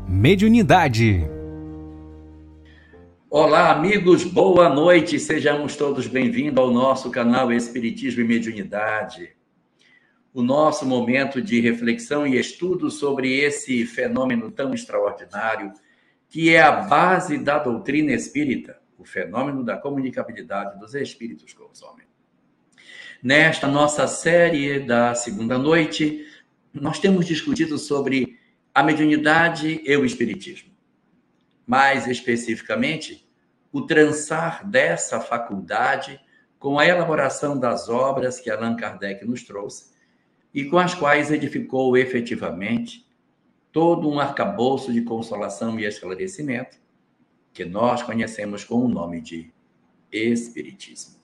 Mediunidade. Olá, amigos, boa noite, sejamos todos bem-vindos ao nosso canal Espiritismo e Mediunidade. O nosso momento de reflexão e estudo sobre esse fenômeno tão extraordinário que é a base da doutrina espírita, o fenômeno da comunicabilidade dos espíritos com os homens. Nesta nossa série da segunda noite, nós temos discutido sobre a mediunidade e o espiritismo. Mais especificamente, o transar dessa faculdade com a elaboração das obras que Allan Kardec nos trouxe e com as quais edificou efetivamente todo um arcabouço de consolação e esclarecimento que nós conhecemos com o nome de Espiritismo.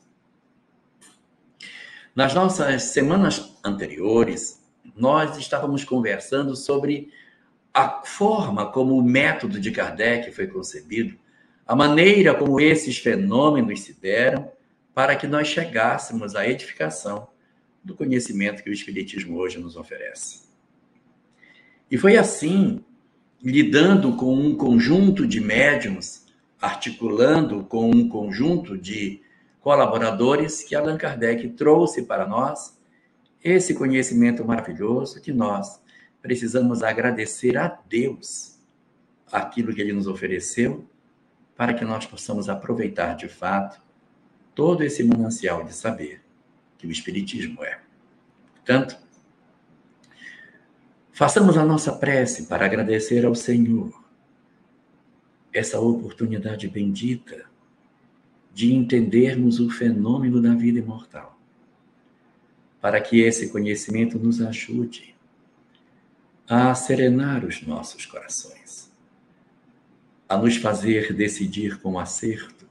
Nas nossas semanas anteriores, nós estávamos conversando sobre a forma como o método de Kardec foi concebido, a maneira como esses fenômenos se deram para que nós chegássemos à edificação do conhecimento que o Espiritismo hoje nos oferece. E foi assim, lidando com um conjunto de médiuns, articulando com um conjunto de colaboradores, que Allan Kardec trouxe para nós esse conhecimento maravilhoso que nós precisamos agradecer a Deus aquilo que Ele nos ofereceu para que nós possamos aproveitar de fato todo esse manancial de saber que o Espiritismo é. Portanto, façamos a nossa prece para agradecer ao Senhor essa oportunidade bendita de entendermos o fenômeno da vida imortal, para que esse conhecimento nos ajude a serenar os nossos corações, a nos fazer decidir com acerto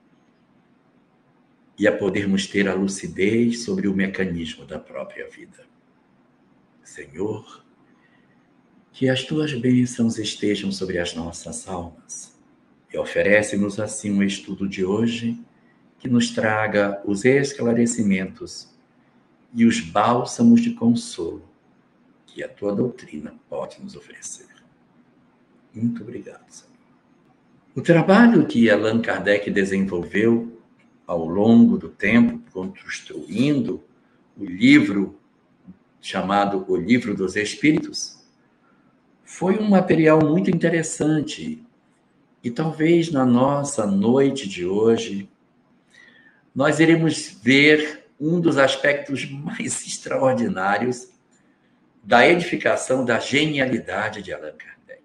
e a podermos ter a lucidez sobre o mecanismo da própria vida. Senhor, que as tuas bênçãos estejam sobre as nossas almas e oferece-nos assim um estudo de hoje que nos traga os esclarecimentos e os bálsamos de consolo que a tua doutrina pode nos oferecer. Muito obrigado, Senhor. O trabalho que Allan Kardec desenvolveu ao longo do tempo, construindo o livro chamado O Livro dos Espíritos, foi um material muito interessante. E talvez na nossa noite de hoje, nós iremos ver um dos aspectos mais extraordinários da edificação da genialidade de Allan Kardec.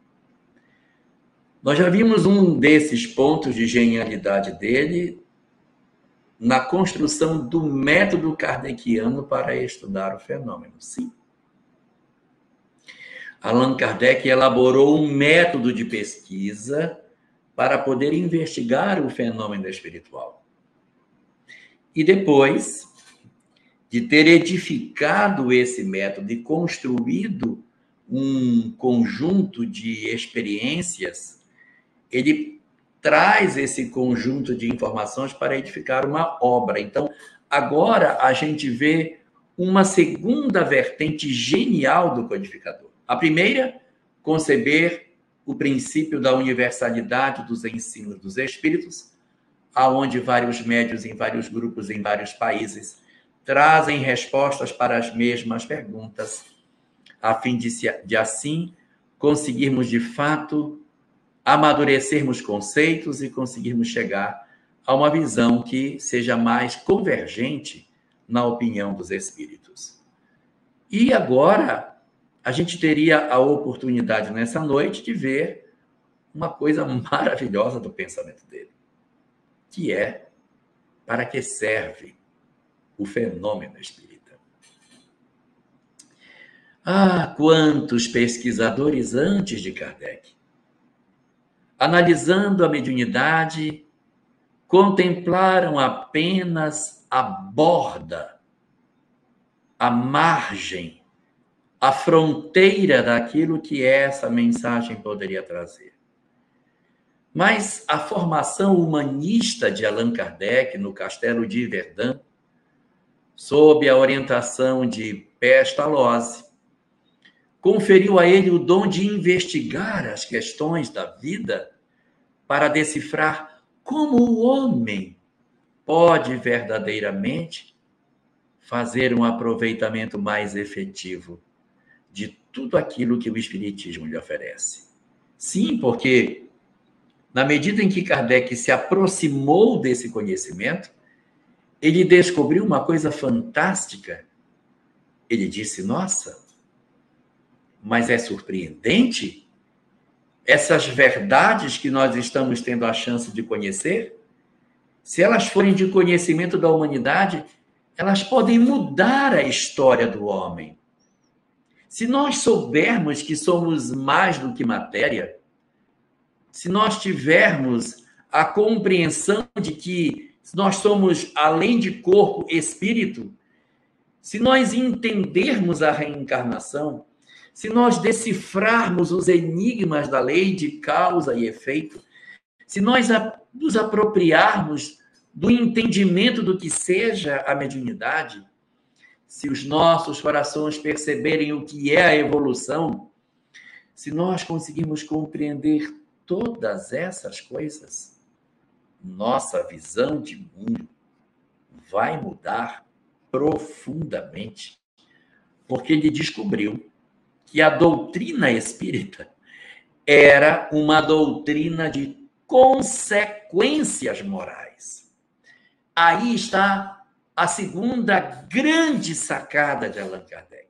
Nós já vimos um desses pontos de genialidade dele na construção do método kardeciano para estudar o fenômeno. Sim. Allan Kardec elaborou um método de pesquisa para poder investigar o fenômeno espiritual. E depois de ter edificado esse método e construído um conjunto de experiências, ele traz esse conjunto de informações para edificar uma obra. Então, agora a gente vê uma segunda vertente genial do codificador. A primeira, conceber o princípio da universalidade dos ensinos dos espíritos, aonde vários médiuns em vários grupos, em vários países, trazem respostas para as mesmas perguntas, a fim de assim conseguirmos, de fato, amadurecermos conceitos e conseguirmos chegar a uma visão que seja mais convergente na opinião dos espíritos. E agora a gente teria a oportunidade nessa noite de ver uma coisa maravilhosa do pensamento dele, que é para que serve o fenômeno espírita. Quantos pesquisadores antes de Kardec, analisando a mediunidade, contemplaram apenas a borda, a margem, a fronteira daquilo que essa mensagem poderia trazer. Mas a formação humanista de Allan Kardec no Castelo de Verdun, sob a orientação de Pestalozzi, conferiu a ele o dom de investigar as questões da vida para decifrar como o homem pode verdadeiramente fazer um aproveitamento mais efetivo de tudo aquilo que o Espiritismo lhe oferece. Sim, porque na medida em que Kardec se aproximou desse conhecimento, ele descobriu uma coisa fantástica. Ele disse, nossa, mas é surpreendente essas verdades que nós estamos tendo a chance de conhecer. Se elas forem de conhecimento da humanidade, elas podem mudar a história do homem. Se nós soubermos que somos mais do que matéria, se nós tivermos a compreensão de que nós somos, além de corpo, espírito, se nós entendermos a reencarnação, se nós decifrarmos os enigmas da lei de causa e efeito, se nós nos apropriarmos do entendimento do que seja a mediunidade, se os nossos corações perceberem o que é a evolução, se nós conseguirmos compreender todas essas coisas, nossa visão de mundo vai mudar profundamente, porque ele descobriu que a doutrina espírita era uma doutrina de consequências morais. Aí está a segunda grande sacada de Allan Kardec.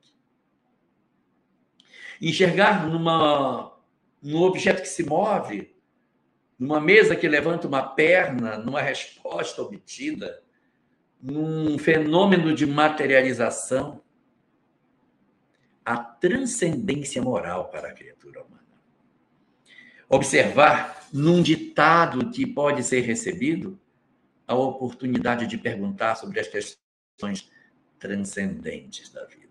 Enxergar num objeto que se move, numa mesa que levanta uma perna, numa resposta obtida, num fenômeno de materialização, a transcendência moral para a criatura humana. Observar num ditado que pode ser recebido a oportunidade de perguntar sobre as questões transcendentes da vida.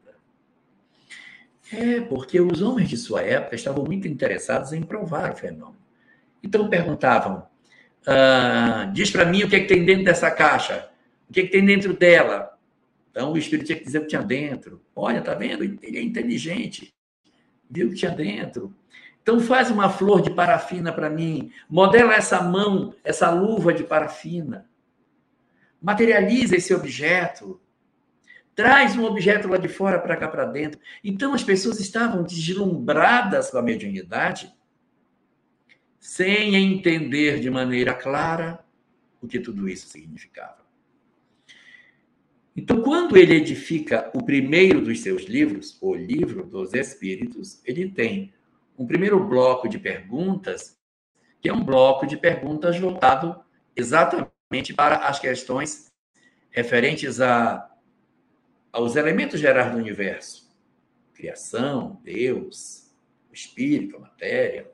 Porque os homens de sua época estavam muito interessados em provar o fenômeno. Então perguntavam, diz para mim o que é que tem dentro dessa caixa, o que é que tem dentro dela. Então o espírito tinha que dizer o que tinha dentro. Olha, tá vendo? Ele é inteligente, viu o que tinha dentro. Então faz uma flor de parafina para mim, modela essa mão, essa luva de parafina. Materializa esse objeto, traz um objeto lá de fora para cá para dentro. Então as pessoas estavam deslumbradas com a mediunidade, sem entender de maneira clara o que tudo isso significava. Então, quando ele edifica o primeiro dos seus livros, o Livro dos Espíritos, ele tem um primeiro bloco de perguntas, que é um bloco de perguntas voltado exatamente para as questões referentes aos elementos gerais do universo. Criação, Deus, o espírito, a matéria.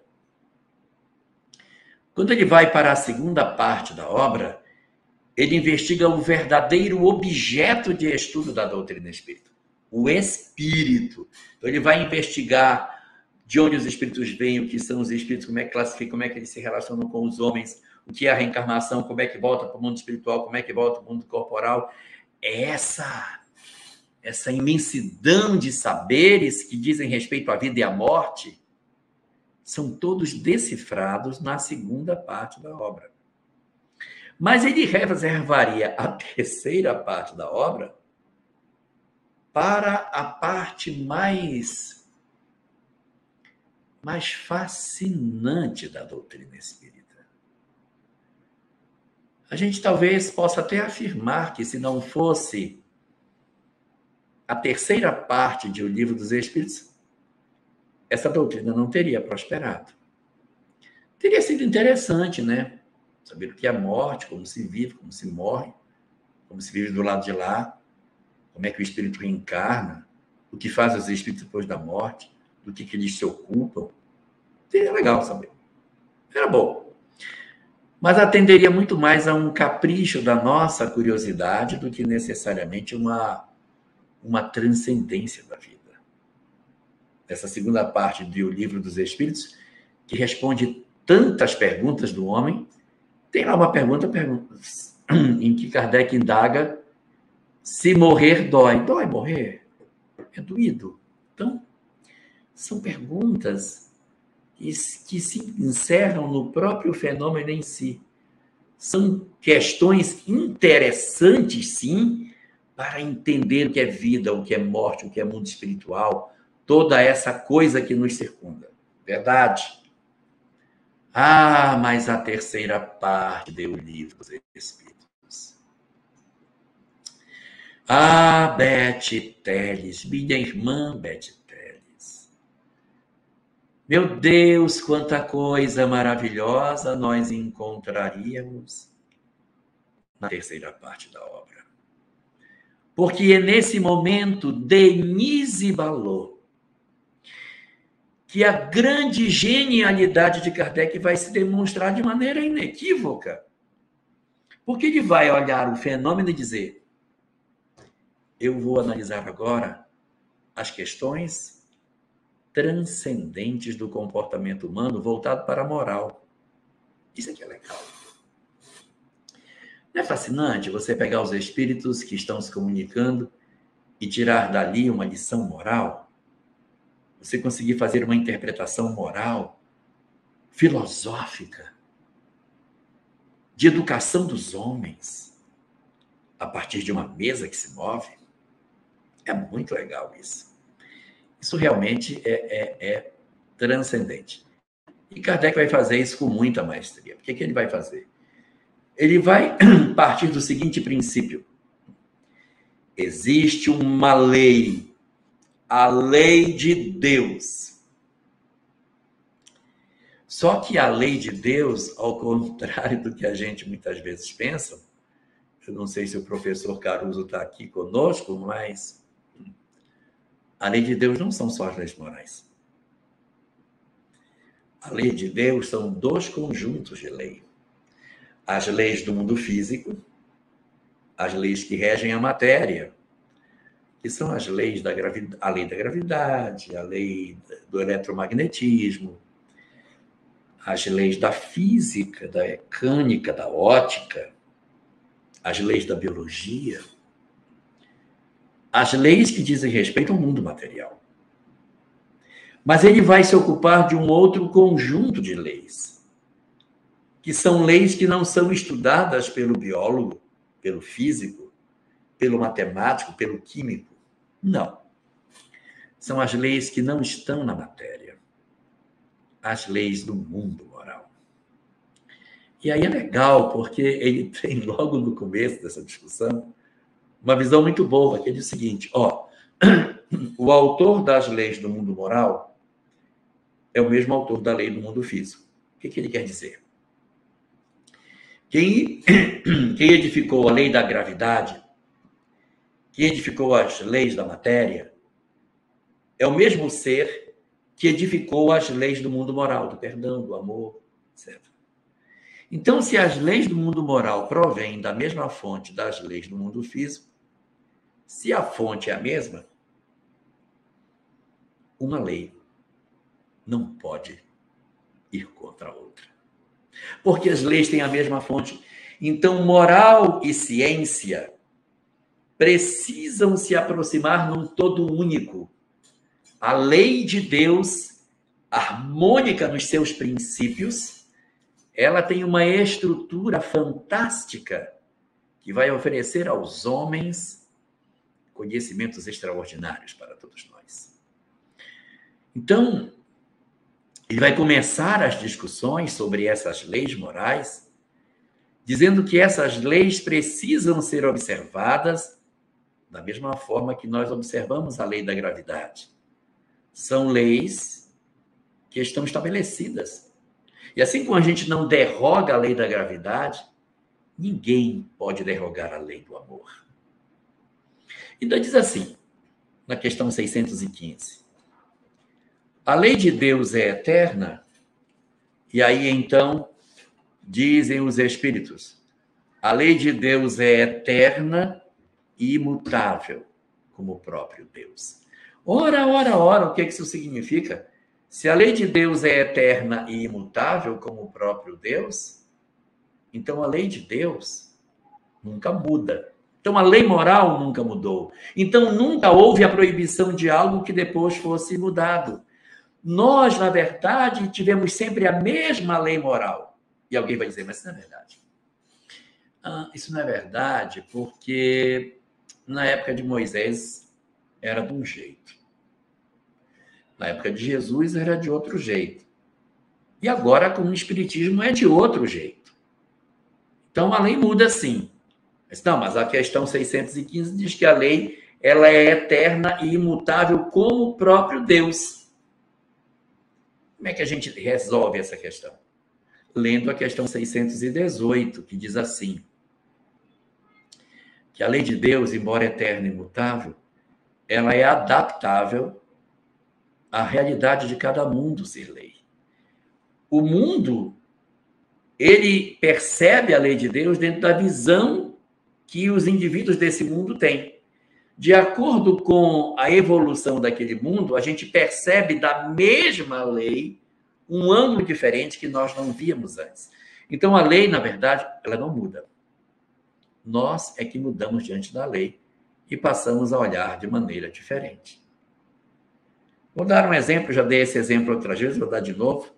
Quando ele vai para a segunda parte da obra, ele investiga o verdadeiro objeto de estudo da doutrina espírita, o espírito. Então, ele vai investigar de onde os espíritos vêm, o que são os espíritos, como é que classificam, como é que eles se relacionam com os homens, o que é a reencarnação, como é que volta para o mundo espiritual, como é que volta para o mundo corporal. Essa imensidão de saberes que dizem respeito à vida e à morte são todos decifrados na segunda parte da obra. Mas ele reservaria a terceira parte da obra para a parte mais fascinante da doutrina espírita. A gente talvez possa até afirmar que, se não fosse a terceira parte de O Livro dos Espíritos, essa doutrina não teria prosperado. Teria sido interessante, né? Saber o que é a morte, como se vive, como se morre, como se vive do lado de lá, como é que o espírito reencarna, o que faz os espíritos depois da morte, do que eles se ocupam. Seria legal saber. Era bom. Mas atenderia muito mais a um capricho da nossa curiosidade do que necessariamente uma transcendência da vida. Essa segunda parte do Livro dos Espíritos, que responde tantas perguntas do homem, tem lá uma pergunta em que Kardec indaga se morrer dói. Dói morrer? É doído. Então, São perguntas que se encerram no próprio fenômeno em si. São questões interessantes, sim, para entender o que é vida, o que é morte, o que é mundo espiritual, toda essa coisa que nos circunda. Verdade? Ah, mas a terceira parte do livro dos Espíritos. Ah, Beth Teles, minha irmã Beth Teles. Meu Deus, quanta coisa maravilhosa nós encontraríamos na terceira parte da obra. Porque é nesse momento, Denise Ballot, que a grande genialidade de Kardec vai se demonstrar de maneira inequívoca. Porque ele vai olhar o fenômeno e dizer: eu vou analisar agora as questões transcendentes do comportamento humano voltado para a moral. Isso aqui é legal. Não é fascinante você pegar os espíritos que estão se comunicando e tirar dali uma lição moral? Você conseguir fazer uma interpretação moral, filosófica, de educação dos homens, a partir de uma mesa que se move? É muito legal isso. Isso realmente é transcendente. E Kardec vai fazer isso com muita maestria. O que ele vai fazer? Ele vai partir do seguinte princípio: existe uma lei, a lei de Deus. Só que a lei de Deus, ao contrário do que a gente muitas vezes pensa, eu não sei se o professor Caruso está aqui conosco, mas a lei de Deus não são só as leis morais. A lei de Deus são dois conjuntos de lei. As leis do mundo físico, as leis que regem a matéria, que são as leis da gravidade, a lei da gravidade, a lei do eletromagnetismo, as leis da física, da mecânica, da ótica, as leis da biologia, as leis que dizem respeito ao mundo material. Mas ele vai se ocupar de um outro conjunto de leis, que são leis que não são estudadas pelo biólogo, pelo físico, pelo matemático, pelo químico. Não. São as leis que não estão na matéria. As leis do mundo moral. E aí é legal, porque ele tem logo no começo dessa discussão uma visão muito boa, que ele diz o seguinte: o autor das leis do mundo moral é o mesmo autor da lei do mundo físico. O que ele quer dizer? Quem edificou a lei da gravidade, quem edificou as leis da matéria, é o mesmo ser que edificou as leis do mundo moral, do perdão, do amor, etc. Então, se as leis do mundo moral provêm da mesma fonte das leis do mundo físico, se a fonte é a mesma, uma lei não pode ir contra a outra. Porque as leis têm a mesma fonte. Então, moral e ciência precisam se aproximar num todo único. A lei de Deus, harmônica nos seus princípios, ela tem uma estrutura fantástica que vai oferecer aos homens conhecimentos extraordinários para todos nós. Então, ele vai começar as discussões sobre essas leis morais, dizendo que essas leis precisam ser observadas da mesma forma que nós observamos a lei da gravidade. São leis que estão estabelecidas. E assim como a gente não derroga a lei da gravidade, ninguém pode derrogar a lei do amor. Então diz assim, na questão 615, a lei de Deus é eterna, e aí então dizem os espíritos, a lei de Deus é eterna e imutável, como o próprio Deus. Ora, o que isso significa? Se a lei de Deus é eterna e imutável, como o próprio Deus, então a lei de Deus nunca muda. Então a lei moral nunca mudou. Então nunca houve a proibição de algo que depois fosse mudado. Nós, na verdade, tivemos sempre a mesma lei moral. E alguém vai dizer, mas isso não é verdade. Isso não é verdade, porque na época de Moisés era de um jeito. Na época de Jesus era de outro jeito. E agora, com o Espiritismo, é de outro jeito. Então, a lei muda sim. Mas a questão 615 diz que a lei ela é eterna e imutável como o próprio Deus. Como é que a gente resolve essa questão? Lendo a questão 618, que diz assim, que a lei de Deus, embora eterna e imutável, ela é adaptável à realidade de cada mundo ser lei. O mundo, ele percebe a lei de Deus dentro da visão que os indivíduos desse mundo têm. De acordo com a evolução daquele mundo, a gente percebe da mesma lei um ângulo diferente que nós não víamos antes. Então, a lei, na verdade, ela não muda. Nós é que mudamos diante da lei e passamos a olhar de maneira diferente. Vou dar um exemplo, já dei esse exemplo outras vezes, vou dar de novo.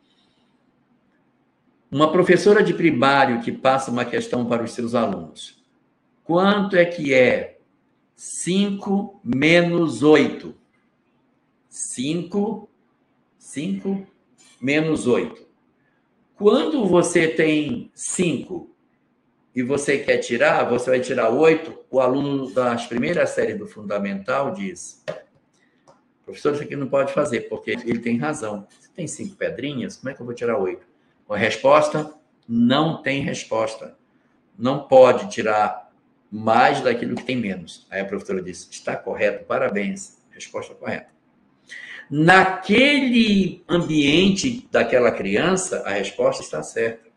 Uma professora de primário que passa uma questão para os seus alunos. Quanto é que é 5 menos 8? 5 menos 8. Quando você tem 5 e você quer tirar, você vai tirar 8, o aluno das primeiras séries do Fundamental diz, professor, isso aqui não pode fazer, porque ele tem razão. Se tem 5 pedrinhas, como é que eu vou tirar 8? A resposta, não tem resposta. Não pode tirar mais daquilo que tem menos. Aí a professora disse, está correto, parabéns, resposta correta. Naquele ambiente daquela criança, a resposta está certa.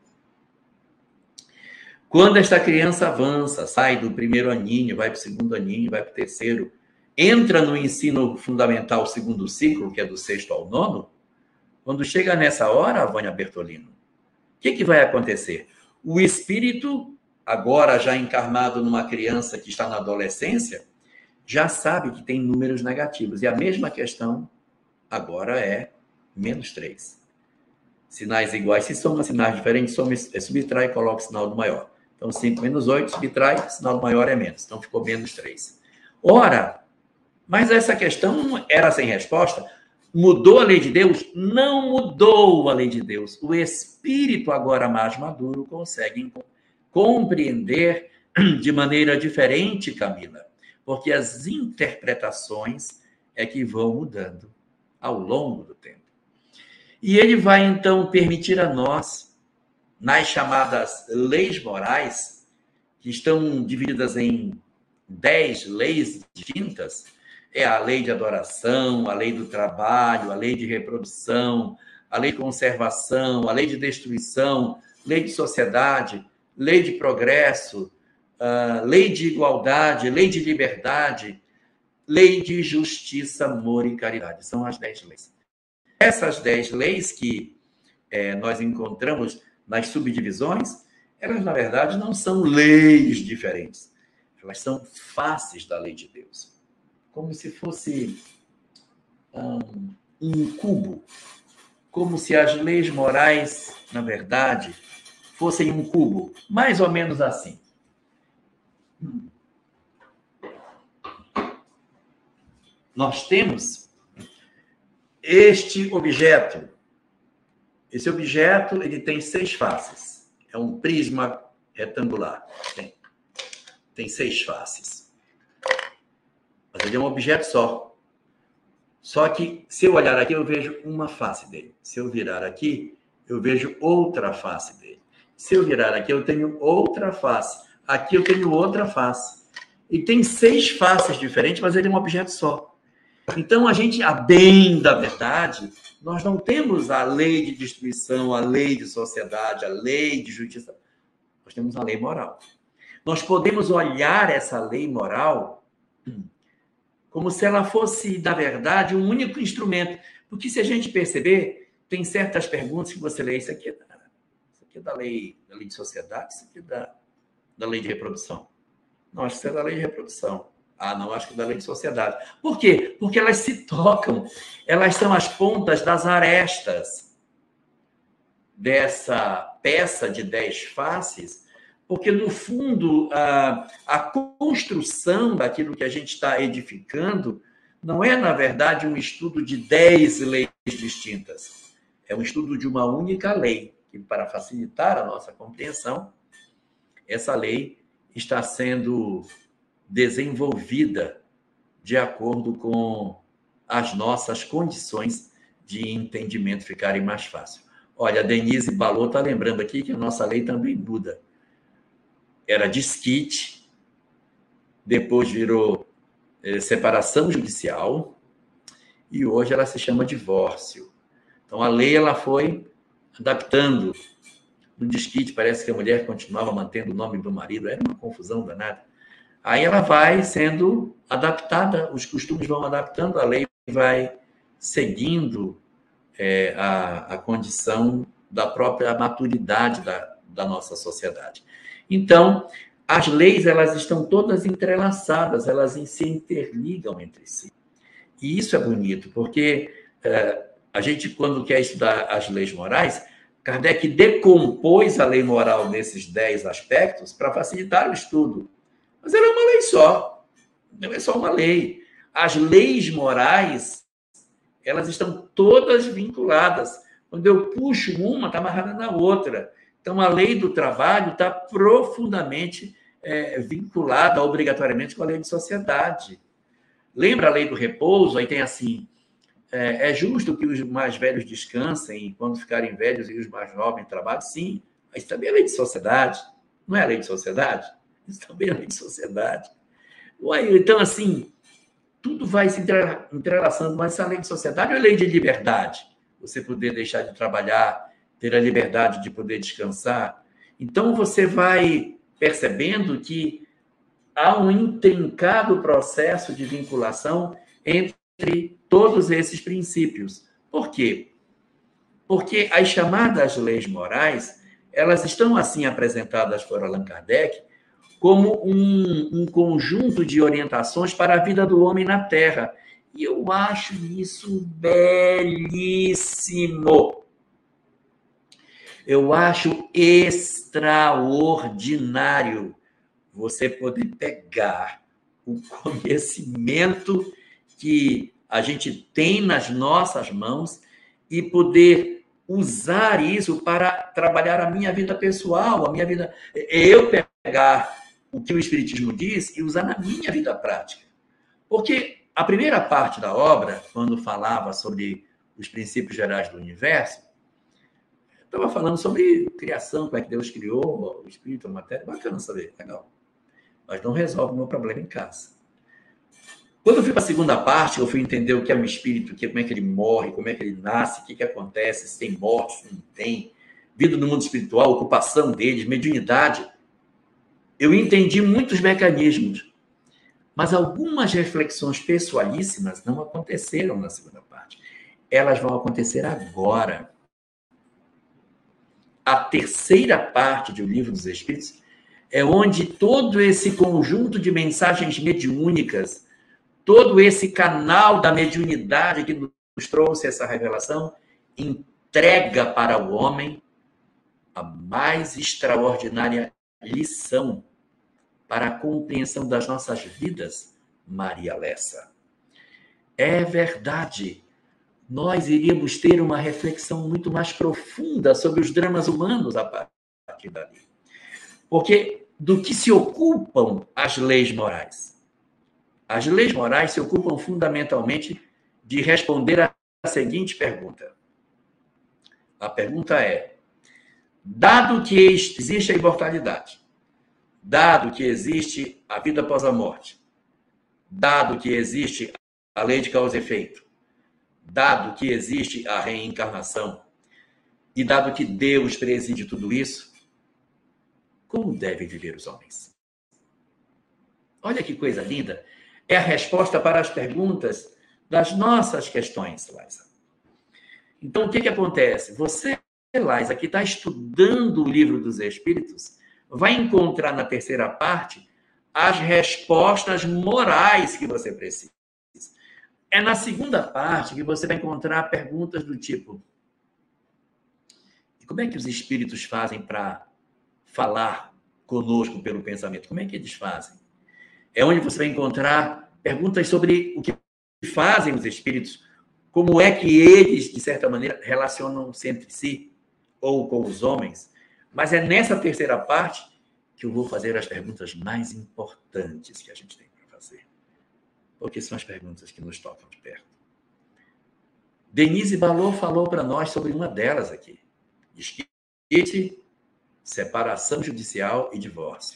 Quando esta criança avança, sai do primeiro aninho, vai para o segundo aninho, vai para o terceiro, entra no ensino fundamental, segundo ciclo, que é do 6º ao 9º, quando chega nessa hora, Vânia Bertolino, o que vai acontecer? O espírito, agora já encarnado numa criança que está na adolescência, já sabe que tem números negativos. E a mesma questão agora é menos 3. Sinais iguais se somam, sinais diferentes, subtrai e coloca o sinal do maior. Então, 5 menos 8, subtrai, sinal do maior é menos. Então, ficou menos 3. Ora, mas essa questão era sem resposta? Mudou a lei de Deus? Não mudou a lei de Deus. O espírito, agora mais maduro, consegue compreender de maneira diferente, Camila, porque as interpretações é que vão mudando ao longo do tempo. E ele vai, então, permitir a nós, nas chamadas leis morais, que estão divididas em 10 leis distintas, é a lei de adoração, a lei do trabalho, a lei de reprodução, a lei de conservação, a lei de destruição, lei de sociedade, lei de progresso, lei de igualdade, lei de liberdade, lei de justiça, amor e caridade. São as 10 leis. Essas 10 leis que nós encontramos nas subdivisões, elas, na verdade, não são leis diferentes. Elas são faces da lei de Deus. Como se fosse um cubo. Como se as leis morais, na verdade, fossem um cubo. Mais ou menos assim. Nós temos este objeto. Esse objeto ele tem 6 faces. É um prisma retangular. Tem 6 faces. Mas ele é um objeto só. Só que, se eu olhar aqui, eu vejo uma face dele. Se eu virar aqui, eu vejo outra face dele. Se eu virar aqui, eu tenho outra face. Aqui eu tenho outra face. E tem 6 faces diferentes, mas ele é um objeto só. Então, a bem da verdade, nós não temos a lei de destruição, a lei de sociedade, a lei de justiça. Nós temos a lei moral. Nós podemos olhar essa lei moral como se ela fosse, na verdade, um único instrumento. Porque se a gente perceber, tem certas perguntas que você lê, isso aqui é da lei de sociedade, isso aqui é da lei de reprodução. Não, isso é da lei de reprodução. Ah, não, acho que da lei de sociedade. Por quê? Porque elas se tocam, elas são as pontas das arestas dessa peça de 10 faces, porque, no fundo, a construção daquilo que a gente está edificando não é, na verdade, um estudo de 10 leis distintas. É um estudo de uma única lei, que, para facilitar a nossa compreensão, essa lei está sendo desenvolvida de acordo com as nossas condições de entendimento ficarem mais fáceis. Olha, a Denise Balot está lembrando aqui que a nossa lei também muda. Era desquite, depois virou separação judicial e hoje ela se chama divórcio. Então, a lei ela foi adaptando. No desquite, parece que a mulher continuava mantendo o nome do marido, era uma confusão danada. Aí ela vai sendo adaptada, os costumes vão adaptando, a lei vai seguindo a condição da própria maturidade da nossa sociedade. Então, as leis elas estão todas entrelaçadas, elas se interligam entre si. E isso é bonito, porque a gente, quando quer estudar as leis morais, Kardec decompôs a lei moral nesses 10 aspectos para facilitar o estudo. Mas ela é uma lei só, não é só uma lei. As leis morais, elas estão todas vinculadas. Quando eu puxo uma, está amarrada na outra. Então, a lei do trabalho está profundamente vinculada, obrigatoriamente, com a lei de sociedade. Lembra a lei do repouso? Aí tem assim, é justo que os mais velhos descansem e, quando ficarem velhos, e os mais jovens trabalhem? Sim, mas também é lei de sociedade. Não é a lei de sociedade? Isso também é lei de sociedade. Então, assim, tudo vai se entrelaçando, mas essa lei de sociedade é lei de liberdade. Você poder deixar de trabalhar, ter a liberdade de poder descansar. Então, você vai percebendo que há um intrincado processo de vinculação entre todos esses princípios. Por quê? Porque as chamadas leis morais, elas estão assim apresentadas por Allan Kardec como um conjunto de orientações para a vida do homem na Terra. E eu acho isso belíssimo. Eu acho extraordinário você poder pegar o conhecimento que a gente tem nas nossas mãos e poder usar isso para trabalhar a minha vida pessoal, a minha vida. Eu pegar o que o Espiritismo diz e usar na minha vida prática. Porque a primeira parte da obra, quando falava sobre os princípios gerais do universo, estava falando sobre criação, como é que Deus criou o espírito, a matéria. Bacana saber, legal. Mas não resolve o meu problema em casa. Quando eu fui para a segunda parte, eu fui entender o que é um espírito, como é que ele morre, como é que ele nasce, o que acontece, se tem morte, se não tem, vida no mundo espiritual, ocupação deles, mediunidade. Eu entendi muitos mecanismos, mas algumas reflexões pessoalíssimas não aconteceram na segunda parte. Elas vão acontecer agora. A terceira parte do Livro dos Espíritos é onde todo esse conjunto de mensagens mediúnicas, todo esse canal da mediunidade que nos trouxe essa revelação, entrega para o homem a mais extraordinária lição para a compreensão das nossas vidas, Maria Lessa. É verdade, nós iríamos ter uma reflexão muito mais profunda sobre os dramas humanos a partir dali. Porque do que se ocupam as leis morais? As leis morais se ocupam fundamentalmente de responder a seguinte pergunta. A pergunta é: dado que existe a imortalidade, dado que existe a vida após a morte, dado que existe a lei de causa e efeito, dado que existe a reencarnação e dado que Deus preside tudo isso, como devem viver os homens? Olha que coisa linda. É a resposta para as perguntas das nossas questões, Laisa. Então, o que acontece? Você, Laisa, que está estudando o Livro dos Espíritos, vai encontrar na terceira parte as respostas morais que você precisa. É na segunda parte que você vai encontrar perguntas do tipo: como é que os espíritos fazem para falar conosco pelo pensamento? Como é que eles fazem? É onde você vai encontrar perguntas sobre o que fazem os espíritos, como é que eles, de certa maneira, relacionam-se entre si ou com os homens. Mas é nessa terceira parte que eu vou fazer as perguntas mais importantes que a gente tem para fazer, porque são as perguntas que nos tocam de perto. Denise Balot falou para nós sobre uma delas aqui. Desquite, separação judicial e divórcio.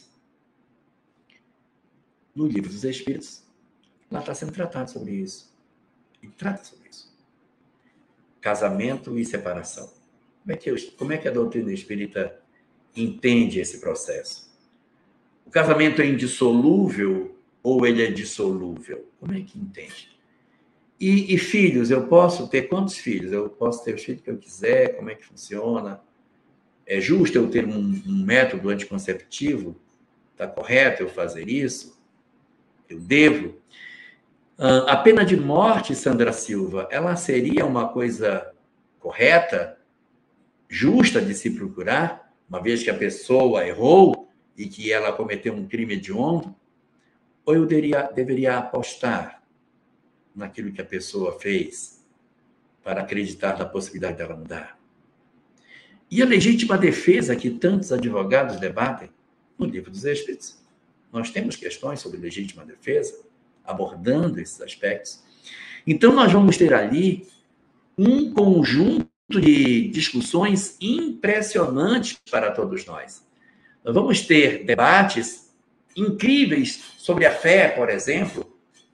No Livro dos Espíritos, lá está sendo tratado sobre isso. E trata sobre isso. Casamento e separação. Como é que a doutrina espírita entende esse processo? O casamento é indissolúvel ou ele é dissolúvel? Como é que entende? E filhos, eu posso ter quantos filhos? Eu posso ter os filhos que eu quiser? Como é que funciona? É justo eu ter um método anticonceptivo? Está correto eu fazer isso? Eu devo? A pena de morte, Sandra Silva, ela seria uma coisa correta, justa de se procurar, uma vez que a pessoa errou e que ela cometeu um crime hediondo? Ou eu deveria apostar naquilo que a pessoa fez para acreditar na possibilidade dela mudar? E a legítima defesa que tantos advogados debatem no Livro dos Espíritos. Nós temos questões sobre legítima defesa, abordando esses aspectos. Então, nós vamos ter ali um conjunto de discussões impressionantes para todos nós. Nós vamos ter debates incríveis sobre a fé, por exemplo,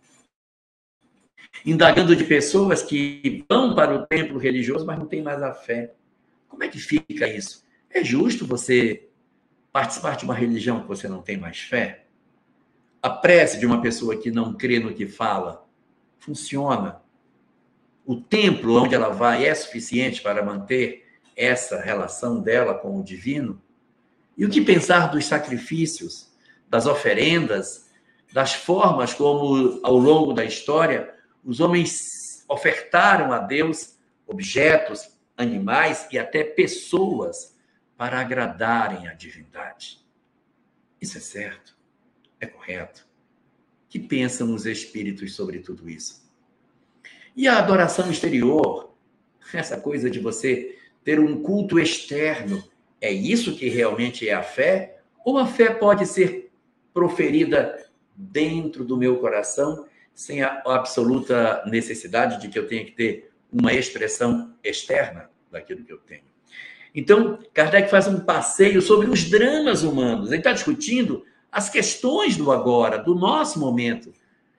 indagando de pessoas que vão para o templo religioso, mas não têm mais a fé. Como é que fica isso? É justo você participar de uma religião que você não tem mais fé? A prece de uma pessoa que não crê no que fala funciona? O templo onde ela vai é suficiente para manter essa relação dela com o divino? E o que pensar dos sacrifícios, das oferendas, das formas como, ao longo da história, os homens ofertaram a Deus objetos, animais e até pessoas para agradarem a divindade? Isso é certo? É correto? O que pensam os espíritos sobre tudo isso? E a adoração exterior, essa coisa de você ter um culto externo, é isso que realmente é a fé? Ou a fé pode ser proferida dentro do meu coração, sem a absoluta necessidade de que eu tenha que ter uma expressão externa daquilo que eu tenho? Então, Kardec faz um passeio sobre os dramas humanos. Ele está discutindo as questões do agora, do nosso momento.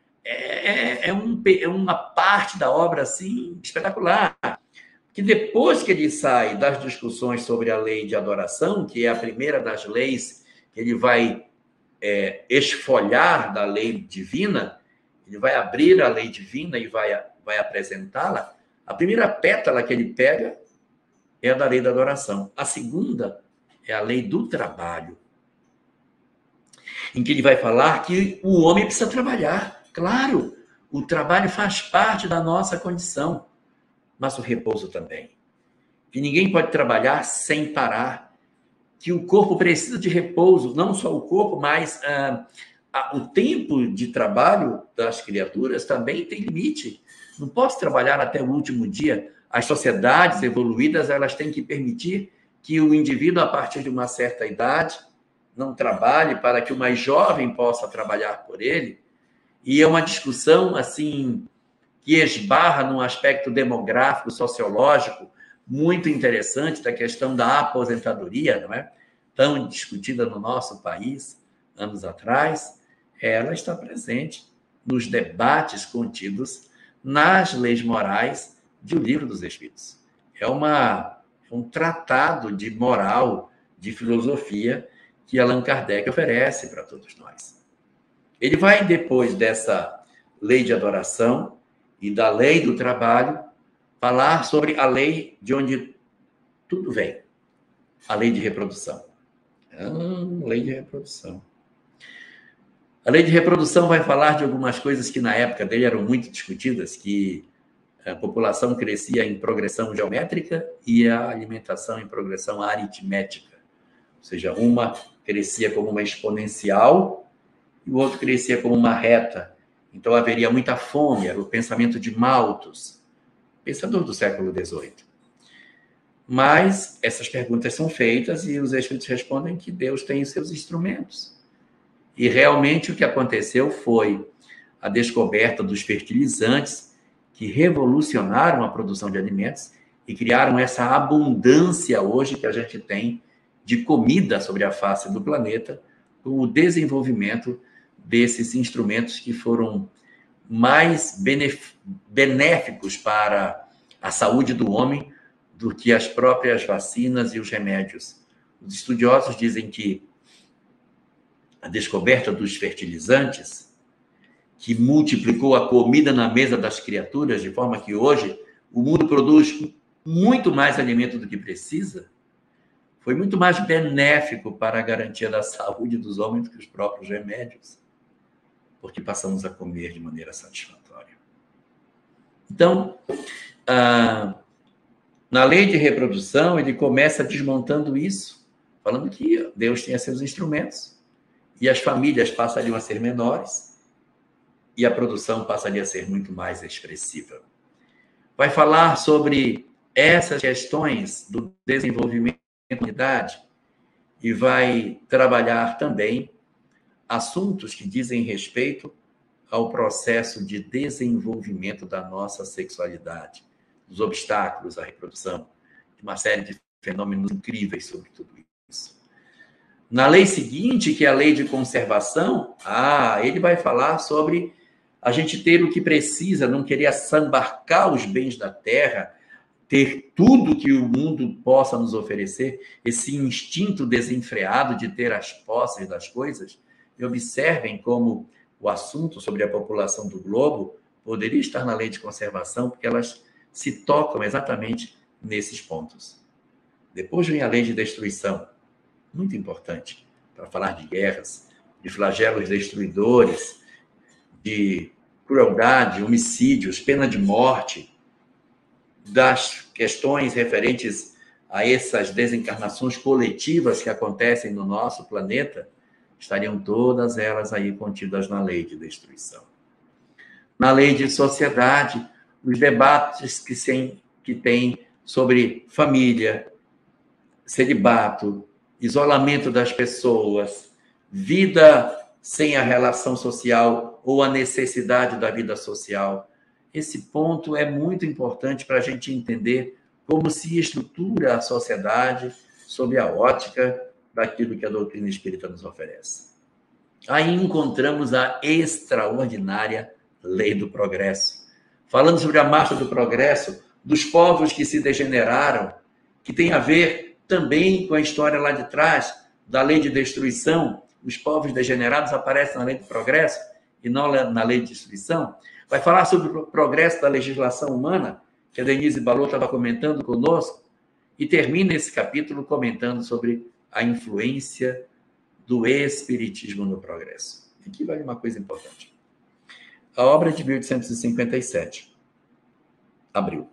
É uma parte da obra assim espetacular, que depois que ele sai das discussões sobre a lei de adoração, que é a primeira das leis que ele vai esfolhar da lei divina, ele vai abrir a lei divina e vai apresentá-la. A primeira pétala que ele pega é a da lei da adoração. A segunda é a lei do trabalho, em que ele vai falar que o homem precisa trabalhar. Claro, o trabalho faz parte da nossa condição, mas o repouso também. Que ninguém pode trabalhar sem parar, que o corpo precisa de repouso, não só o corpo, mas o tempo de trabalho das criaturas também tem limite. Não posso trabalhar até o último dia. As sociedades evoluídas, elas têm que permitir que o indivíduo, a partir de uma certa idade, não trabalhe para que o mais jovem possa trabalhar por ele. E é uma discussão assim que esbarra num aspecto demográfico, sociológico, muito interessante da questão da aposentadoria, não é? Tão discutida no nosso país, anos atrás. Ela está presente nos debates contidos nas leis morais do Livro dos Espíritos. É um tratado de moral, de filosofia, que Allan Kardec oferece para todos nós. Ele vai, depois dessa lei de adoração e da lei do trabalho, falar sobre a lei de onde tudo vem, a lei de reprodução. Lei de reprodução. A lei de reprodução vai falar de algumas coisas que na época dele eram muito discutidas, que a população crescia em progressão geométrica e a alimentação em progressão aritmética. Ou seja, uma crescia como uma exponencial e o outro crescia como uma reta. Então haveria muita fome, era o pensamento de Malthus, pensador do século XVIII. Mas essas perguntas são feitas e os espíritos respondem que Deus tem os seus instrumentos. E realmente o que aconteceu foi a descoberta dos fertilizantes que revolucionaram a produção de alimentos e criaram essa abundância hoje que a gente tem de comida sobre a face do planeta, com o desenvolvimento desses instrumentos que foram mais benéficos para a saúde do homem do que as próprias vacinas e os remédios. Os estudiosos dizem que a descoberta dos fertilizantes, que multiplicou a comida na mesa das criaturas, de forma que hoje o mundo produz muito mais alimento do que precisa, foi muito mais benéfico para a garantia da saúde dos homens do que os próprios remédios, porque passamos a comer de maneira satisfatória. Então, na lei de reprodução, ele começa desmontando isso, falando que Deus tinha seus instrumentos, e as famílias passariam a ser menores, e a produção passaria a ser muito mais expressiva. Vai falar sobre essas questões do desenvolvimento da humanidade e vai trabalhar também assuntos que dizem respeito ao processo de desenvolvimento da nossa sexualidade, dos obstáculos à reprodução, de uma série de fenômenos incríveis sobre tudo isso. Na lei seguinte, que é a lei de conservação, ele vai falar sobre a gente ter o que precisa, não querer assambarcar os bens da terra, ter tudo que o mundo possa nos oferecer, esse instinto desenfreado de ter as posses das coisas. E observem como o assunto sobre a população do globo poderia estar na lei de conservação, porque elas se tocam exatamente nesses pontos. Depois vem a lei de destruição, muito importante, para falar de guerras, de flagelos destruidores, de crueldade, homicídios, pena de morte, das questões referentes a essas desencarnações coletivas que acontecem no nosso planeta, estariam todas elas aí contidas na lei de destruição. Na lei de sociedade, os debates que tem sobre família, celibato, isolamento das pessoas, vida sem a relação social ou a necessidade da vida social. Esse ponto é muito importante para a gente entender como se estrutura a sociedade sob a ótica daquilo que a doutrina espírita nos oferece. Aí encontramos a extraordinária lei do progresso, falando sobre a marcha do progresso, dos povos que se degeneraram, que tem a ver também com a história lá de trás, da lei de destruição. Os povos degenerados aparecem na lei do progresso e não na lei de destruição. Vai falar sobre o progresso da legislação humana, que a Denise Balot estava comentando conosco, e termina esse capítulo comentando sobre a influência do espiritismo no progresso. Aqui vale uma coisa importante. A obra é de 1857, abril.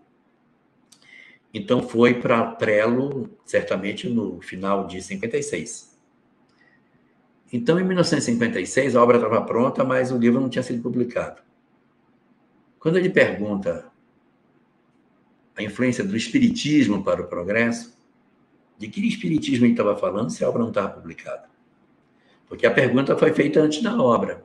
Então foi para Trello, certamente no final de 56. Então, em 1956, a obra estava pronta, mas o livro não tinha sido publicado. Quando ele pergunta a influência do espiritismo para o progresso, de que espiritismo ele estava falando se a obra não estava publicada? Porque a pergunta foi feita antes da obra.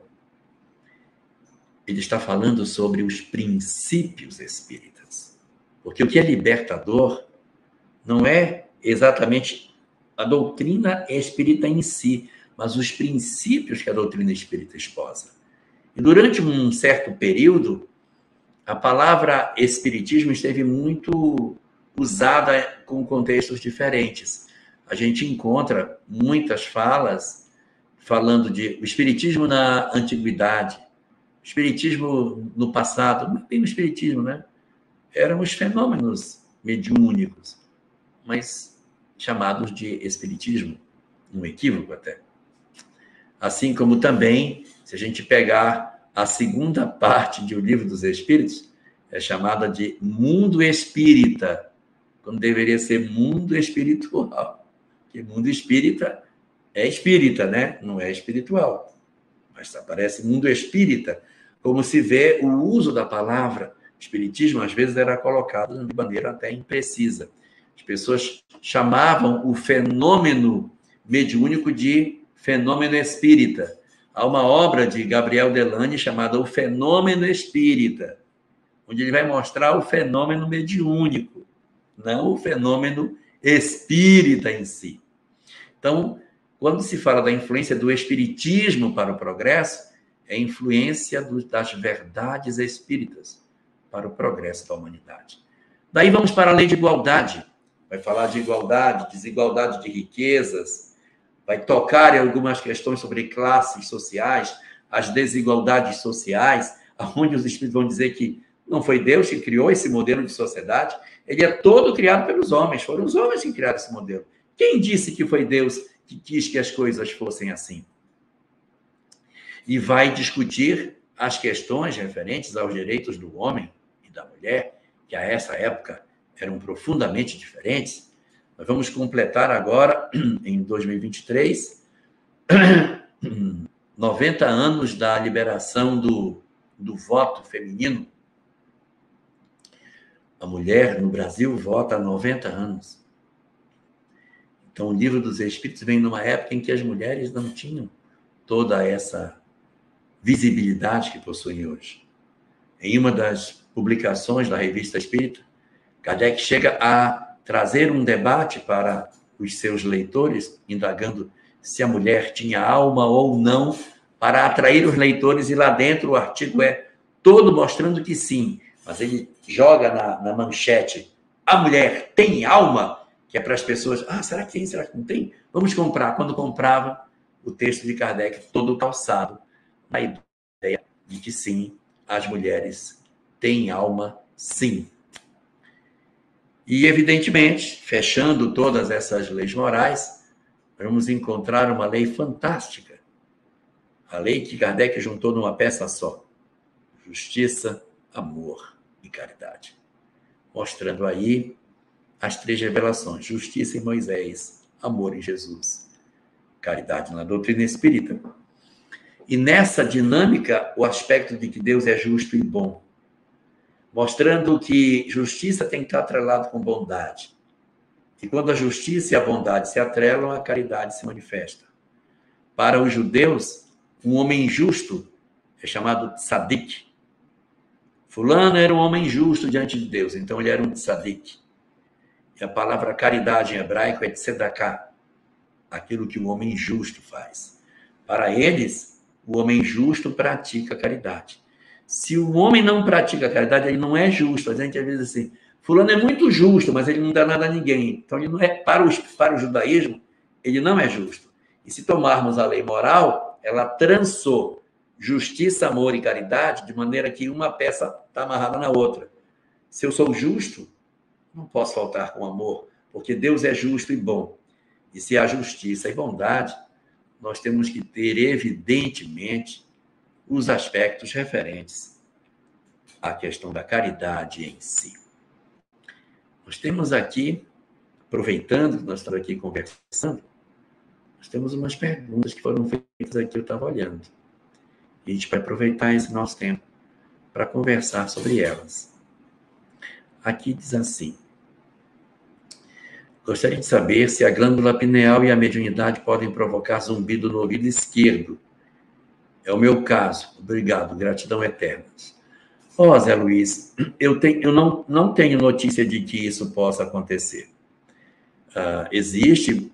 Ele está falando sobre os princípios espíritas. Porque o que é libertador não é exatamente a doutrina espírita em si, mas os princípios que a doutrina espírita esposa. E durante um certo período, a palavra espiritismo esteve muito usada com contextos diferentes. A gente encontra muitas falas falando de o espiritismo na antiguidade, o espiritismo no passado. Não é bem o espiritismo, né? Eram os fenômenos mediúnicos, mas chamados de espiritismo, um equívoco até. Assim como também, se a gente pegar a segunda parte de O Livro dos Espíritos, é chamada de mundo espírita, quando deveria ser mundo espiritual. Porque mundo espírita é espírita, né? Não é espiritual. Mas aparece mundo espírita, como se vê o uso da palavra espiritismo, às vezes era colocado de maneira até imprecisa. As pessoas chamavam o fenômeno mediúnico de fenômeno espírita. Há uma obra de Gabriel Delany chamada O Fenômeno Espírita, onde ele vai mostrar o fenômeno mediúnico, não o fenômeno espírita em si. Então, quando se fala da influência do espiritismo para o progresso, é a influência das verdades espíritas para o progresso da humanidade. Daí vamos para a lei de igualdade. Vai falar de igualdade, desigualdade de riquezas, vai tocar em algumas questões sobre classes sociais, as desigualdades sociais, onde os espíritos vão dizer que não foi Deus que criou esse modelo de sociedade, ele é todo criado pelos homens, foram os homens que criaram esse modelo. Quem disse que foi Deus que quis que as coisas fossem assim? E vai discutir as questões referentes aos direitos do homem e da mulher, que a essa época eram profundamente diferentes. Nós vamos completar agora, em 2023, 90 anos da liberação do voto feminino. A mulher no Brasil vota há 90 anos. Então, o Livro dos Espíritos vem numa época em que as mulheres não tinham toda essa visibilidade que possuem hoje. Em uma das publicações da Revista Espírita, Kardec chega a trazer um debate para os seus leitores, indagando se a mulher tinha alma ou não, para atrair os leitores, e lá dentro o artigo é todo mostrando que sim, mas ele joga na manchete: a mulher tem alma? Que é para as pessoas, será que tem, será que não tem? Vamos comprar. Quando comprava, o texto de Kardec todo calçado na ideia de que sim, as mulheres têm alma, sim. E, evidentemente, fechando todas essas leis morais, vamos encontrar uma lei fantástica. A lei que Kardec juntou numa peça só: justiça, amor e caridade. Mostrando aí as 3 revelações: justiça em Moisés, amor em Jesus, caridade na doutrina espírita. E nessa dinâmica, o aspecto de que Deus é justo e bom, mostrando que justiça tem que estar atrelado com bondade. E quando a justiça e a bondade se atrelam, a caridade se manifesta. Para os judeus, um homem justo é chamado tzadik. Fulano era um homem justo diante de Deus, então ele era um tzadik. E a palavra caridade em hebraico é tzedaká, aquilo que o homem justo faz. Para eles, o homem justo pratica caridade. Se o homem não pratica caridade, ele não é justo. A gente às vezes assim, fulano é muito justo, mas ele não dá nada a ninguém. Então, ele não é, para o judaísmo, ele não é justo. E se tomarmos a lei moral, ela trançou justiça, amor e caridade de maneira que uma peça está amarrada na outra. Se eu sou justo, não posso faltar com amor, porque Deus é justo e bom. E se há justiça e bondade, nós temos que ter, evidentemente, os aspectos referentes à questão da caridade em si. Nós temos aqui, aproveitando que nós estamos aqui conversando, nós temos umas perguntas que foram feitas aqui, eu estava olhando. E a gente vai aproveitar esse nosso tempo para conversar sobre elas. Aqui diz assim: gostaria de saber se a glândula pineal e a mediunidade podem provocar zumbido no ouvido esquerdo. É o meu caso. Obrigado. Gratidão eterna. Zé Luiz, eu não tenho notícia de que isso possa acontecer. Existe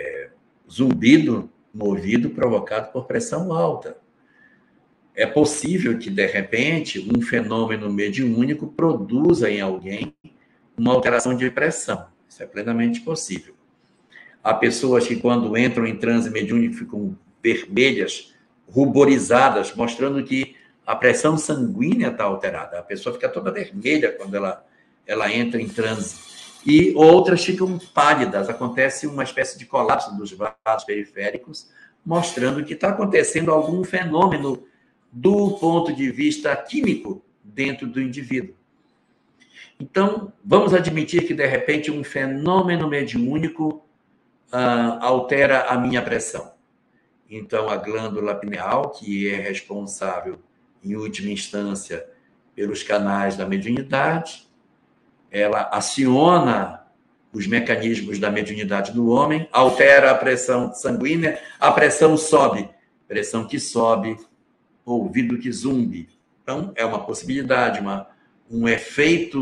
zumbido no ouvido provocado por pressão alta. É possível que, de repente, um fenômeno mediúnico produza em alguém uma alteração de pressão. Isso é plenamente possível. Há pessoas que, quando entram em transe mediúnico, ficam vermelhas, ruborizadas, mostrando que a pressão sanguínea está alterada. A pessoa fica toda vermelha quando ela entra em transe. E outras ficam pálidas. Acontece uma espécie de colapso dos vasos periféricos, mostrando que está acontecendo algum fenômeno do ponto de vista químico dentro do indivíduo. Então, vamos admitir que, de repente, um fenômeno mediúnico altera a minha pressão. Então, a glândula pineal, que é responsável, em última instância, pelos canais da mediunidade, ela aciona os mecanismos da mediunidade do homem, altera a pressão sanguínea, a pressão sobe. Pressão que sobe, ouvido que zumbi. Então, é uma possibilidade, um efeito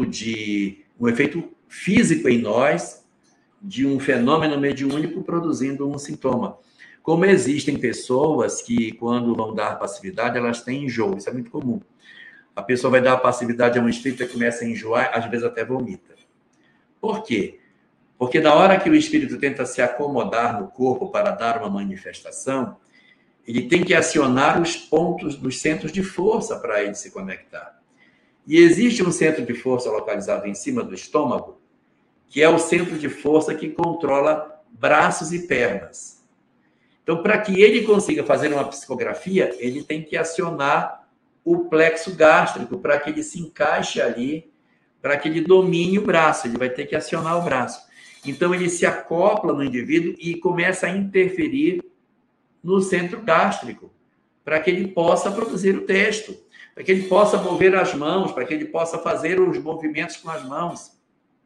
físico em nós de um fenômeno mediúnico produzindo um sintoma. Como existem pessoas que, quando vão dar passividade, elas têm enjoo. Isso é muito comum. A pessoa vai dar passividade a um espírito e começa a enjoar, às vezes até vomita. Por quê? Porque na hora que o espírito tenta se acomodar no corpo para dar uma manifestação, ele tem que acionar os pontos dos centros de força para ele se conectar. E existe um centro de força localizado em cima do estômago, que é o centro de força que controla braços e pernas. Então, para que ele consiga fazer uma psicografia, ele tem que acionar o plexo gástrico para que ele se encaixe ali, para que ele domine o braço. Ele vai ter que acionar o braço. Então, ele se acopla no indivíduo e começa a interferir no centro gástrico, para que ele possa produzir o texto, para que ele possa mover as mãos, para que ele possa fazer os movimentos com as mãos.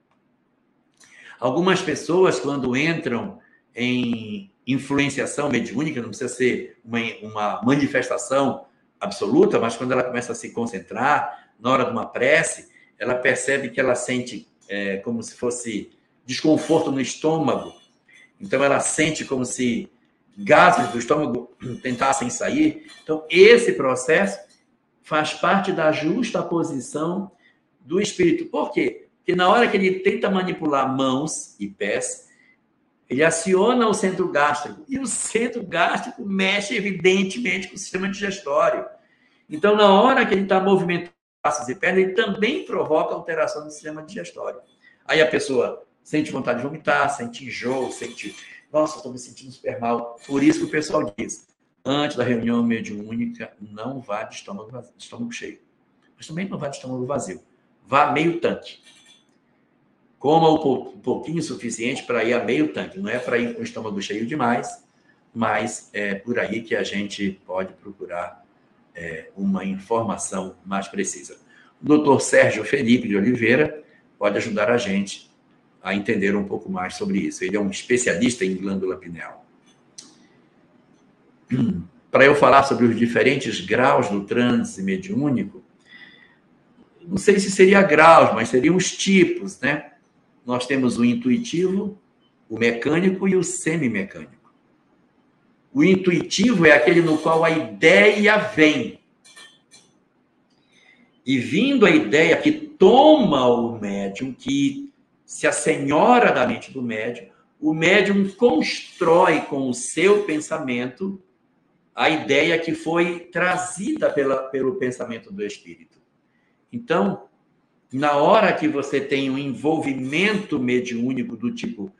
Algumas pessoas, quando entram em influenciação mediúnica, não precisa ser uma manifestação absoluta, mas quando ela começa a se concentrar, na hora de uma prece, ela percebe que ela sente como se fosse desconforto no estômago. Então, ela sente como se gases do estômago tentassem sair. Então, esse processo faz parte da justa posição do espírito. Por quê? Porque na hora que ele tenta manipular mãos e pés, ele aciona o centro gástrico. E o centro gástrico mexe, evidentemente, com o sistema digestório. Então, na hora que ele está movimentando braços e pernas, ele também provoca alteração do sistema digestório. Aí a pessoa sente vontade de vomitar, sente enjoo, sente... Nossa, estou me sentindo super mal. Por isso que o pessoal diz, antes da reunião mediúnica, não vá de estômago cheio. Mas também não vá de estômago vazio. Vá meio tanque. Coma um pouquinho suficiente para ir a meio tanque. Não é para ir com o estômago cheio demais, mas é por aí que a gente pode procurar uma informação mais precisa. O doutor Sérgio Felipe de Oliveira pode ajudar a gente a entender um pouco mais sobre isso. Ele é um especialista em glândula pineal. Para eu falar sobre os diferentes graus do transe mediúnico, não sei se seria graus, mas seriam os tipos, né? Nós temos o intuitivo, o mecânico e o semimecânico. O intuitivo é aquele no qual a ideia vem. E vindo a ideia que toma o médium, que se assenhora da mente do médium, o médium constrói com o seu pensamento a ideia que foi trazida pelo pensamento do espírito. Então, na hora que você tem um envolvimento mediúnico do tipo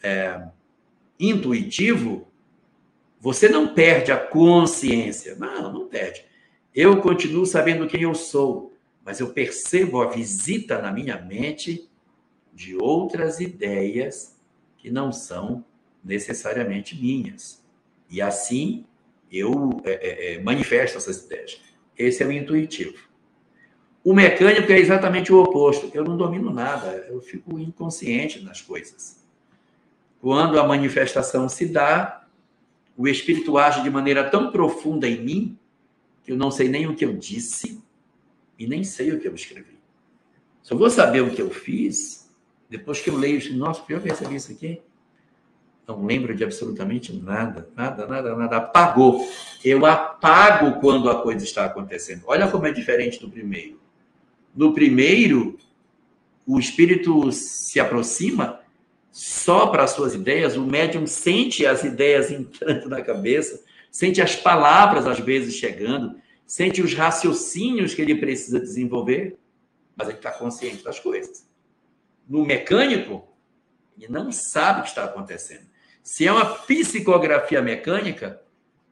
intuitivo, você não perde a consciência. Não perde. Eu continuo sabendo quem eu sou, mas eu percebo a visita na minha mente de outras ideias que não são necessariamente minhas. E assim eu manifesto essas ideias. Esse é o intuitivo. O mecânico é exatamente o oposto. Eu não domino nada, eu fico inconsciente nas coisas. Quando a manifestação se dá, o espírito age de maneira tão profunda em mim que eu não sei nem o que eu disse e nem sei o que eu escrevi. Só vou saber o que eu fiz depois que eu leio. Nossa, eu recebi isso aqui? Não lembro de absolutamente nada. Nada. Apagou. Eu apago quando a coisa está acontecendo. Olha como é diferente do primeiro. No primeiro, o espírito se aproxima, sopra as suas ideias, o médium sente as ideias entrando na cabeça, sente as palavras às vezes chegando, sente os raciocínios que ele precisa desenvolver, mas ele está consciente das coisas. No mecânico, ele não sabe o que está acontecendo. Se é uma psicografia mecânica,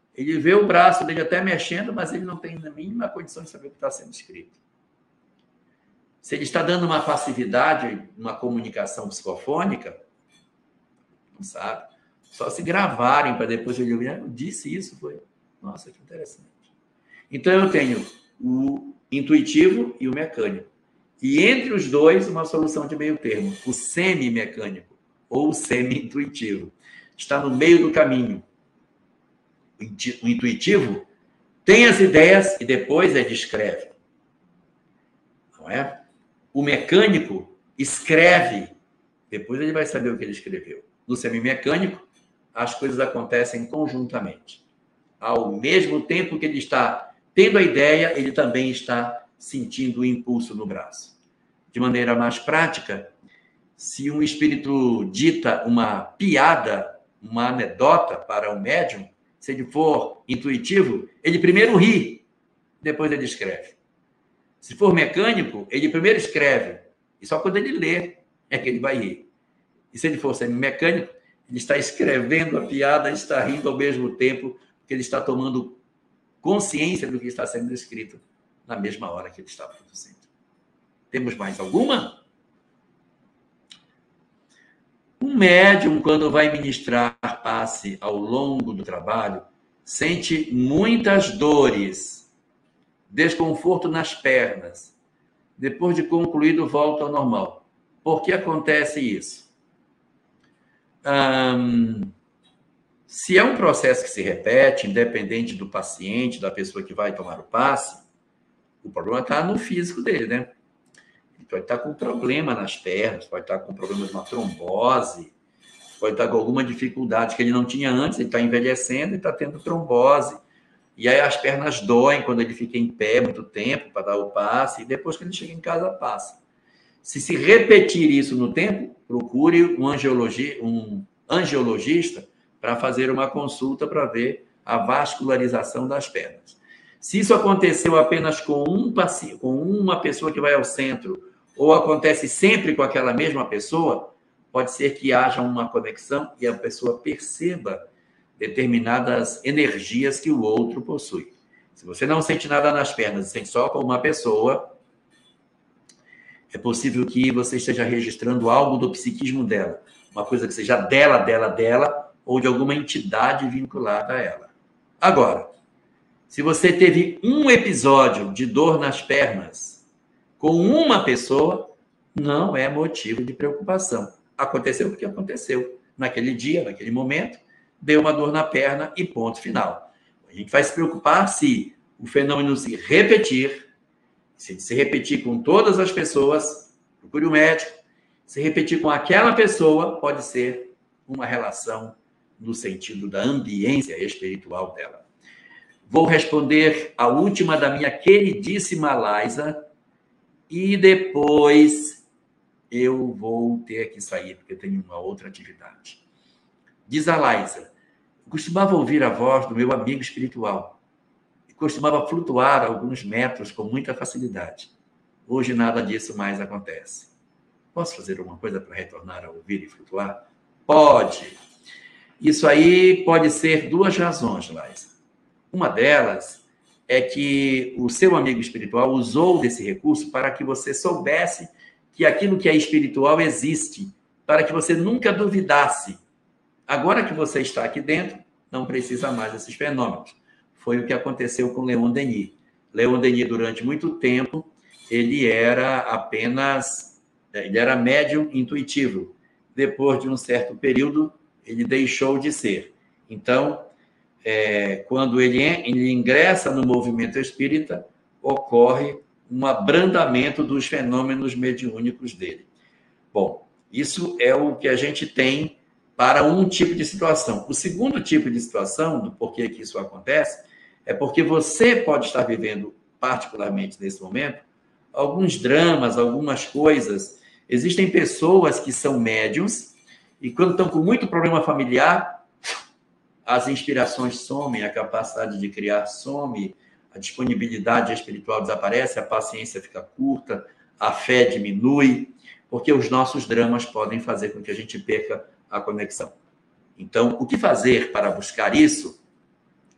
Ele vê o braço dele até mexendo, mas ele não tem a mínima condição de saber o que está sendo escrito. Se ele está dando uma passividade, uma comunicação psicofônica, não sabe. Só se gravarem para depois ele ouvir. Eu disse isso, foi. Nossa, que interessante. Então, eu tenho o intuitivo e o mecânico. E entre os dois, uma solução de meio termo. O semi-mecânico ou o semi-intuitivo. Está no meio do caminho. O intuitivo tem as ideias e depois ele escreve. Não é? O mecânico escreve, depois ele vai saber o que ele escreveu. No semi-mecânico, as coisas acontecem conjuntamente. Ao mesmo tempo que ele está tendo a ideia, ele também está sentindo o impulso no braço. De maneira mais prática, se um espírito dita uma piada, uma anedota para o médium, se ele for intuitivo, ele primeiro ri, depois ele escreve. Se for mecânico, ele primeiro escreve, e só quando ele lê é que ele vai rir. E se ele for semi-mecânico, ele está escrevendo a piada, está rindo ao mesmo tempo, porque ele está tomando consciência do que está sendo escrito na mesma hora que ele está produzindo. Temos mais alguma? Um médium, quando vai ministrar passe ao longo do trabalho, sente muitas dores, desconforto nas pernas. Depois de concluído, volta ao normal. Por que acontece isso? Se é um processo que se repete, independente do paciente, da pessoa que vai tomar o passe, o problema está no físico dele, né? Ele pode estar com problema nas pernas, pode estar com problema de uma trombose, pode estar com alguma dificuldade que ele não tinha antes, ele está envelhecendo e está tendo trombose. E aí as pernas doem quando ele fica em pé muito tempo para dar o passe, e depois que ele chega em casa, passa. Se repetir isso no tempo, procure um angiologista para fazer uma consulta para ver a vascularização das pernas. Se isso aconteceu apenas com uma pessoa que vai ao centro, ou acontece sempre com aquela mesma pessoa, pode ser que haja uma conexão e a pessoa perceba determinadas energias que o outro possui. Se você não sente nada nas pernas, sente só com uma pessoa, é possível que você esteja registrando algo do psiquismo dela, uma coisa que seja dela, ou de alguma entidade vinculada a ela. Agora, se você teve um episódio de dor nas pernas com uma pessoa, não é motivo de preocupação. Aconteceu porque aconteceu. Naquele dia, naquele momento, deu uma dor na perna e ponto final. A gente vai se preocupar se o fenômeno se repetir. Se se repetir com todas as pessoas, procure um médico. Se repetir com aquela pessoa, pode ser uma relação no sentido da ambiência espiritual dela. Vou responder a última da minha queridíssima Laisa e depois eu vou ter que sair, porque eu tenho uma outra atividade. Diz a Laisa: costumava ouvir a voz do meu amigo espiritual e costumava flutuar alguns metros com muita facilidade. Hoje nada disso mais acontece. Posso fazer alguma coisa para retornar a ouvir e flutuar? Pode. Isso aí pode ser duas razões, Laisa. Uma delas é que o seu amigo espiritual usou desse recurso para que você soubesse que aquilo que é espiritual existe, para que você nunca duvidasse. Agora que você está aqui dentro, não precisa mais desses fenômenos. Foi o que aconteceu com Leon Denis. Leon Denis, durante muito tempo, ele era médium intuitivo. Depois de um certo período, ele deixou de ser. Então, quando ele ingressa no movimento espírita, ocorre um abrandamento dos fenômenos mediúnicos dele. Bom, isso é o que a gente tem para um tipo de situação. O segundo tipo de situação, do porquê que isso acontece, é porque você pode estar vivendo, particularmente nesse momento, alguns dramas, algumas coisas. Existem pessoas que são médiums e quando estão com muito problema familiar, as inspirações somem, a capacidade de criar some, a disponibilidade espiritual desaparece, a paciência fica curta, a fé diminui, porque os nossos dramas podem fazer com que a gente perca a conexão. Então, o que fazer para buscar isso?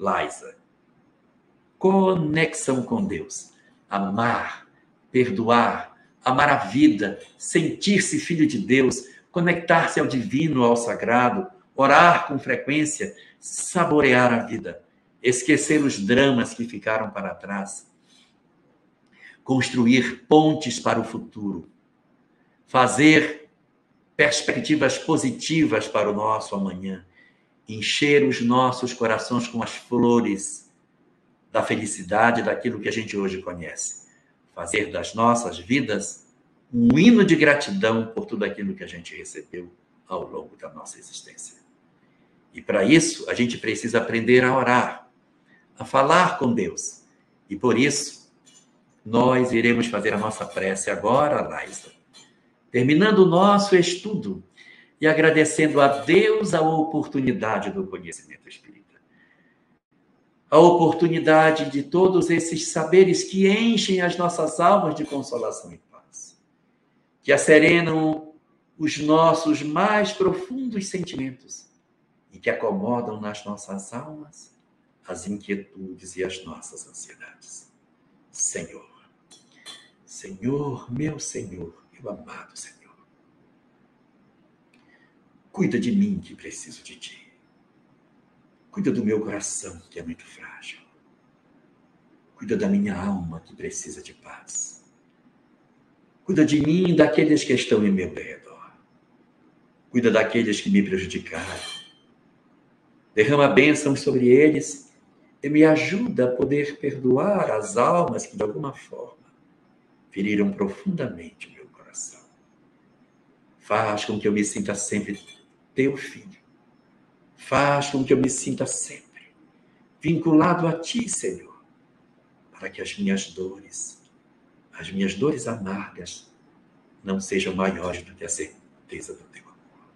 Laísa. Conexão com Deus. Amar, perdoar, amar a vida, sentir-se filho de Deus, conectar-se ao divino, ao sagrado, orar com frequência, saborear a vida, esquecer os dramas que ficaram para trás, construir pontes para o futuro, fazer perspectivas positivas para o nosso amanhã, encher os nossos corações com as flores da felicidade daquilo que a gente hoje conhece, fazer das nossas vidas um hino de gratidão por tudo aquilo que a gente recebeu ao longo da nossa existência. E para isso, a gente precisa aprender a orar, a falar com Deus. E por isso, nós iremos fazer a nossa prece agora, Laísa, terminando o nosso estudo e agradecendo a Deus a oportunidade do conhecimento espírita. A oportunidade de todos esses saberes que enchem as nossas almas de consolação e paz, que asserenam os nossos mais profundos sentimentos e que acomodam nas nossas almas as inquietudes e as nossas ansiedades. Senhor, Senhor, meu amado Senhor, cuida de mim que preciso de Ti. Cuida do meu coração que é muito frágil. Cuida da minha alma que precisa de paz. Cuida de mim e daqueles que estão em meu redor. Cuida daqueles que me prejudicaram. Derrama bênçãos sobre eles e me ajuda a poder perdoar as almas que, de alguma forma, feriram profundamente o meu coração. Faz com que eu me sinta sempre teu filho. Faz com que eu me sinta sempre vinculado a Ti, Senhor, para que as minhas dores amargas, não sejam maiores do que a certeza do Teu amor.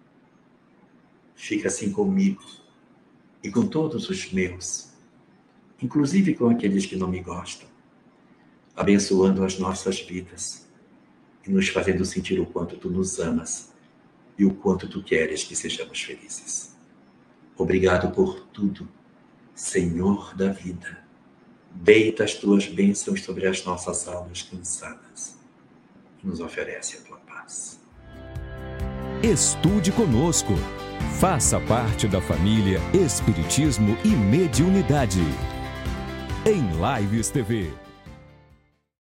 Fica assim comigo e com todos os meus, inclusive com aqueles que não me gostam, abençoando as nossas vidas e nos fazendo sentir o quanto Tu nos amas e o quanto Tu queres que sejamos felizes. Obrigado por tudo, Senhor da vida. Deita as Tuas bênçãos sobre as nossas almas cansadas e nos oferece a Tua paz. Estude conosco. Faça parte da família Espiritismo e Mediunidade. Em Lives TV.